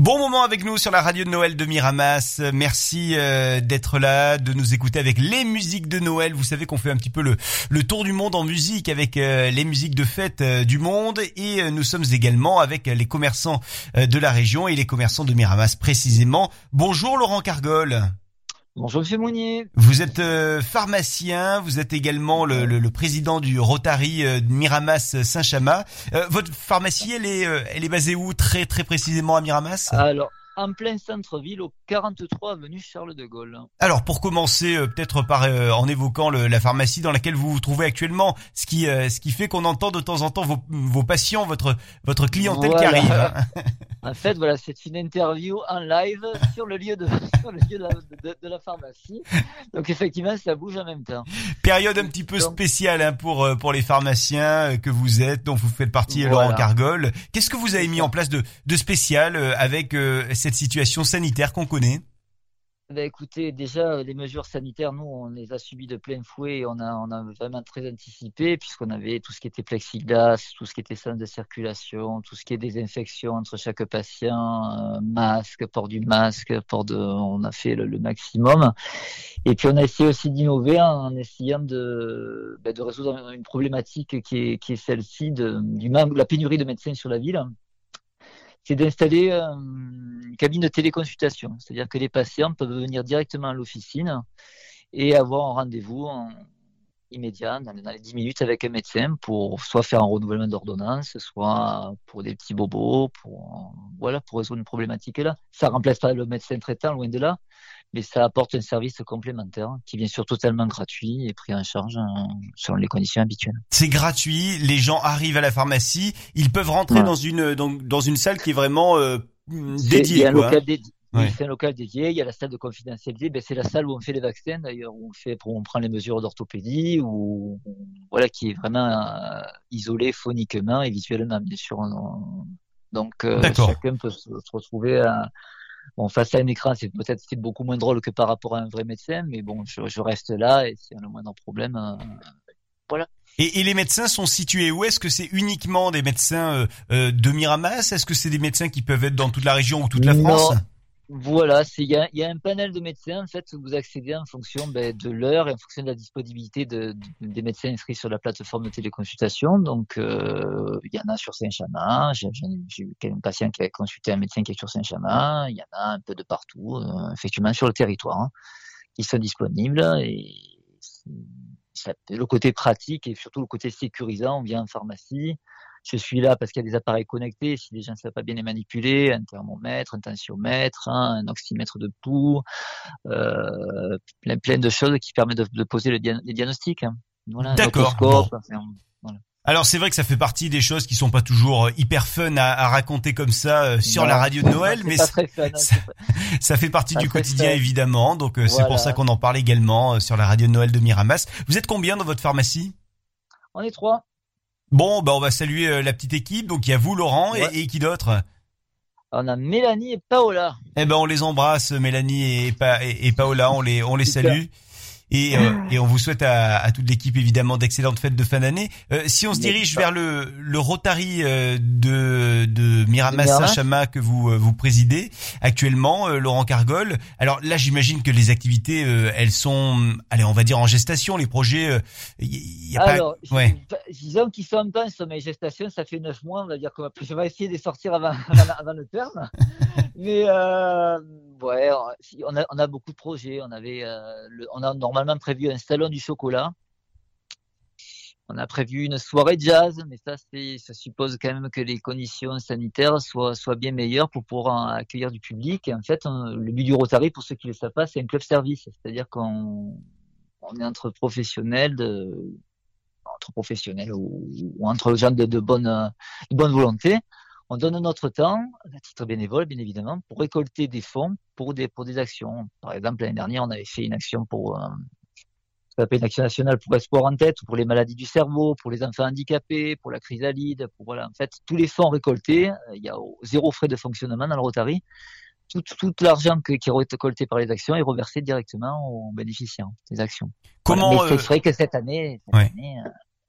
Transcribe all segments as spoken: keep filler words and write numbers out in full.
Bon moment avec nous sur la radio de Noël de Miramas. Merci euh, d'être là, de nous écouter avec les musiques de Noël. Vous savez qu'on fait un petit peu le, le tour du monde en musique avec euh, les musiques de fête euh, du monde. Et euh, nous sommes également avec les commerçants euh, de la région et les commerçants de Miramas précisément. Bonjour Laurent Cargol. Bonjour Monsieur Mounier. Vous êtes euh, pharmacien, vous êtes également le, le, le président du Rotary euh, de Miramas Saint-Chamas. Euh, votre pharmacie, elle est, euh, elle est basée où très très précisément à Miramas ? Alors, en plein centre-ville, au quarante-trois avenue Charles de Gaulle. Alors, pour commencer, euh, peut-être par euh, en évoquant le, la pharmacie dans laquelle vous vous trouvez actuellement, ce qui euh, ce qui fait qu'on entend de temps en temps vos, vos patients, votre votre clientèle voilà. qui arrive. Hein. En fait, voilà, c'est une interview en live sur le lieu de sur le lieu de la, de, de la pharmacie. Donc effectivement, ça bouge en même temps. Période un petit peu Donc, spéciale hein, pour pour les pharmaciens que vous êtes, dont vous faites partie, voilà. Laurent Cargol. Qu'est-ce que vous avez mis en place de de spécial avec euh, cette situation sanitaire qu'on connaît ? Ben écoutez, déjà les mesures sanitaires, nous, on les a subies de plein fouet. Et on a, on a vraiment très anticipé puisqu'on avait tout ce qui était plexiglas, tout ce qui était sens de circulation, tout ce qui est désinfection entre chaque patient, euh, masque, port du masque, port de, on a fait le, le maximum. Et puis on a essayé aussi d'innover en essayant de, ben, de résoudre une problématique qui est, qui est celle-ci de, du manque, la pénurie de médecins sur la ville. C'est d'installer une cabine de téléconsultation. C'est-à-dire que les patients peuvent venir directement à l'officine et avoir un rendez-vous en immédiat, dans les dix minutes, avec un médecin pour soit faire un renouvellement d'ordonnance, soit pour des petits bobos, pour, voilà, pour résoudre une problématique là. Ça ne remplace pas le médecin traitant, loin de là, mais ça apporte un service complémentaire qui est bien sûr totalement gratuit et pris en charge selon les conditions habituelles. C'est gratuit, les gens arrivent à la pharmacie, ils peuvent rentrer ouais. dans une dans, dans une salle qui est vraiment euh, dédiée. Il y a un quoi, local hein. dédié. Ouais. C'est un local dédié, il y a la salle de confidentialité, ben c'est la salle où on fait les vaccins d'ailleurs, où on fait, où on prend les mesures d'orthopédie, où, voilà, qui est vraiment euh, isolée phoniquement et visuellement, bien sûr. On, donc euh, chacun peut se, se retrouver à, bon, face à un écran, c'est peut-être c'est beaucoup moins drôle que par rapport à un vrai médecin, mais bon, je, je reste là et s'il y a le moindre problème, euh, voilà. Et, et les médecins sont situés où ? Est-ce que c'est uniquement des médecins euh, euh, de Miramas ? Est-ce que c'est des médecins qui peuvent être dans toute la région ou toute la France ? Non. Voilà, il y a, y a un panel de médecins en fait où vous accédez en fonction ben, de l'heure et en fonction de la disponibilité de, de, des médecins inscrits sur la plateforme de téléconsultation. Donc, il euh, y en a sur Saint-Chamas. J'ai, j'ai eu un patient qui a consulté un médecin qui est sur Saint-Chamas. Il y en a un peu de partout, euh, effectivement, sur le territoire, hein, qui sont disponibles. Et ça, le côté pratique et surtout le côté sécurisant, on vient en pharmacie. Je suis là parce qu'il y a des appareils connectés. Si les gens ne savent pas bien les manipuler, un thermomètre, un tensiomètre, hein, un oxymètre de pouls, euh, plein, plein de choses qui permettent de, de poser le dia- les diagnostics. Hein. Voilà, d'accord. Bon. Enfin, voilà. Alors c'est vrai que ça fait partie des choses qui sont pas toujours hyper fun à, à raconter comme ça euh, sur non, la radio de Noël, mais pas très fun, hein, ça, ça fait partie du quotidien fun. Évidemment. Donc euh, voilà. C'est pour ça qu'on en parle également euh, sur la radio de Noël de Miramas. Vous êtes combien dans votre pharmacie ? On est trois. Bon, bah on va saluer euh, la petite équipe. Donc il y a vous, Laurent, ouais. et, et qui d'autre ? On a Mélanie et Paola. Eh ben on les embrasse, Mélanie et, pa- et, et Paola. On les on les salue. Et, euh, et on vous souhaite à, à toute l'équipe évidemment d'excellentes fêtes de fin d'année. Euh, si on se dirige vers le, le Rotary euh, de, de Miramas Saint-Chamas que vous euh, vous présidez actuellement, euh, Laurent Cargol. Alors là, j'imagine que les activités, euh, elles sont, allez, on va dire en gestation. Les projets, il euh, y a Alors, pas. Ouais. Disons qu'ils sont pas en sommeil gestation. Ça fait neuf mois, on va dire qu'on va. Je vais essayer de sortir avant, avant, avant le terme. Mais euh, ouais, on a on a beaucoup de projets. On avait, euh, le, on a normalement prévu un salon du chocolat. On a prévu une soirée jazz, mais ça, c'est, ça suppose quand même que les conditions sanitaires soient, soient bien meilleures pour pouvoir accueillir du public. Et en fait, on, le but du Rotary, pour ceux qui ne le savent pas, c'est un club service. C'est-à-dire qu'on on est entre professionnels, de, entre professionnels ou, ou entre gens de, de, bonne, de bonne volonté. On donne notre temps, à titre bénévole, bien évidemment, pour récolter des fonds pour des, pour des actions. Par exemple, l'année dernière, on avait fait une action pour, euh, ce qu'on appelle une action nationale pour Espoir en tête, pour les maladies du cerveau, pour les enfants handicapés, pour la chrysalide, pour, voilà. En fait, tous les fonds récoltés, euh, il y a zéro frais de fonctionnement dans le Rotary. Tout, tout l'argent que, qui est récolté par les actions est reversé directement aux bénéficiaires des actions. Comment, voilà. Mais euh... c'est vrai que cette année, cette ouais. année, euh,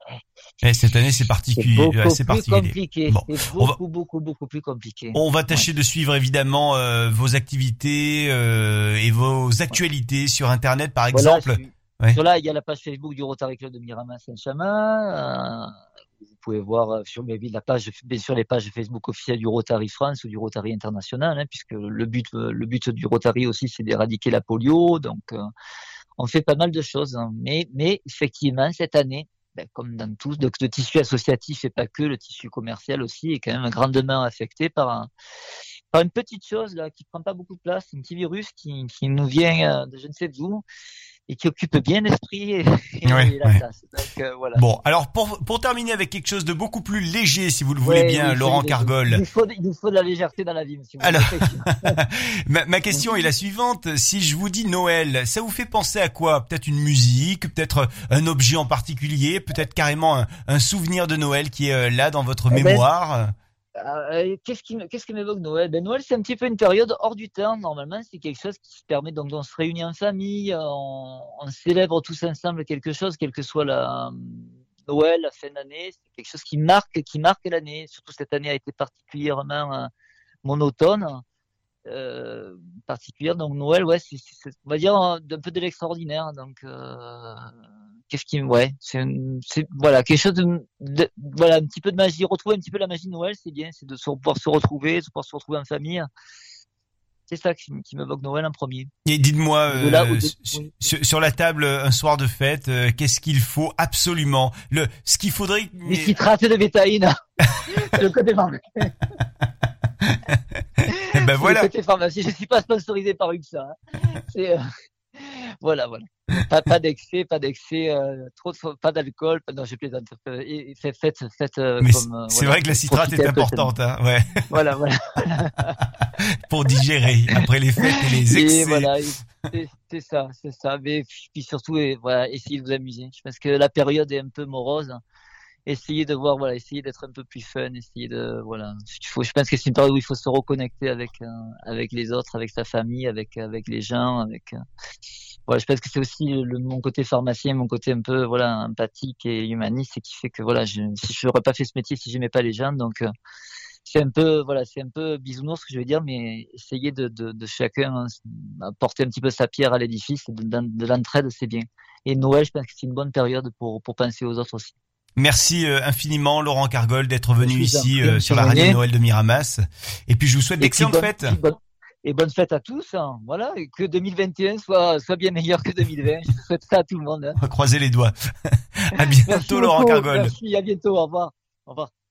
Et cette année, c'est particulier. C'est beaucoup ouais, c'est plus particulier. compliqué. Bon, C'est on va, beaucoup, beaucoup, beaucoup plus compliqué. on va tâcher Ouais. de suivre évidemment euh, vos activités euh, et vos actualités sur Internet, par Voilà, exemple. sur, Ouais. sur là, il y a la page Facebook du Rotary Club de Miramas-Saint-Chamin. Euh, vous pouvez voir euh, sur mais, la page, bien sûr, les pages Facebook officielles du Rotary France ou du Rotary International, hein, puisque le but, euh, le but du Rotary aussi, c'est d'éradiquer la polio. Donc, euh, on fait pas mal de choses, hein. Mais, mais effectivement, cette année, ben, comme dans tous, donc le tissu associatif et pas que, le tissu commercial aussi est quand même grandement affecté par un, par une petite chose là qui prend pas beaucoup de place, un petit virus qui, qui nous vient euh, de je ne sais d'où et qui occupe bien l'esprit et, Ouais, et la ouais. place. Donc euh, voilà. Bon, alors pour pour terminer avec quelque chose de beaucoup plus léger, si vous le voulez Ouais, bien, oui, Laurent il, Cargol. il, nous faut, il nous faut de la légèreté dans la vie, monsieur. Alors, ma, ma question est la suivante. Si je vous dis Noël, ça vous fait penser à quoi? Peut-être une musique, peut-être un objet en particulier, peut-être carrément un, un souvenir de Noël qui est euh, là dans votre Eh ben, mémoire. Euh, qu'est-ce qui, qu'est-ce qui m'évoque Noël? Ben Noël, c'est un petit peu une période hors du temps. Normalement, c'est quelque chose qui se permet donc on se réunit en famille, on, on célèbre tous ensemble quelque chose, quelle que soit la Noël, la fin d'année. C'est quelque chose qui marque, qui marque l'année. Surtout cette année a été particulièrement euh, monotone, euh, particulière. Donc Noël, ouais, c'est, c'est, on va dire un peu de l'extraordinaire. Donc euh, qu'est-ce qui, ouais, c'est, c'est voilà quelque chose de, de, voilà un petit peu de magie. Retrouver un petit peu la magie de Noël, c'est bien, c'est de se, pouvoir se retrouver, de pouvoir se retrouver en famille. C'est ça qui, qui m'évoque Noël en premier. Et dites-moi, euh, Au-delà, au-delà, sur, oui. sur la table, un soir de fête, euh, qu'est-ce qu'il faut absolument? Le, ce qu'il faudrait. Des citrates de bétaïne. C'est le côté pharmacie. Eh ben voilà. C'est le côté pharmacie. Je suis pas sponsorisé par U P S A. Hein. C'est euh, voilà, voilà. Pas, pas d'excès, pas d'excès, euh, trop de, pas d'alcool. Pas, non, je plaisante. Euh, et faites, faites, faites euh, Mais comme. Euh, c'est voilà, vrai que la citrate est importante, hein, ouais. Voilà, voilà. Pour digérer après les fêtes et les excès. Et voilà, c'est, c'est ça, c'est ça. Mais puis surtout, et, voilà, essayez de vous amuser. Je pense que la période est un peu morose. Essayez de voir, voilà, essayez d'être un peu plus fun, essayez de, voilà. Il faut, je pense que c'est une période où il faut se reconnecter avec, euh, avec les autres, avec sa famille, avec, avec les gens, avec. Euh, voilà, je pense que c'est aussi le, mon côté pharmacien, mon côté un peu, voilà, empathique et humaniste, qui fait que, voilà, je, si je n'aurais pas fait ce métier si j'aimais pas les gens, donc. Euh, c'est un peu, voilà, c'est un peu bisounours ce que je veux dire, mais essayer de, de, de chacun apporter un petit peu sa pierre à l'édifice, de, de, de l'entraide, c'est bien. Et Noël, je pense que c'est une bonne période pour, pour penser aux autres aussi. Merci euh, infiniment Laurent Cargol d'être venu ici prie, euh, sur la radio de Noël de Miramas. Et puis je vous souhaite d'excellentes fêtes. Bonne, et bonne fête à tous. Hein. Voilà, et que deux mille vingt et un soit, soit bien meilleur que deux mille vingt. Je souhaite ça à tout le monde. Hein. On va croiser les doigts. À bientôt Laurent Cargol. Merci, à bientôt. Au revoir. Au revoir.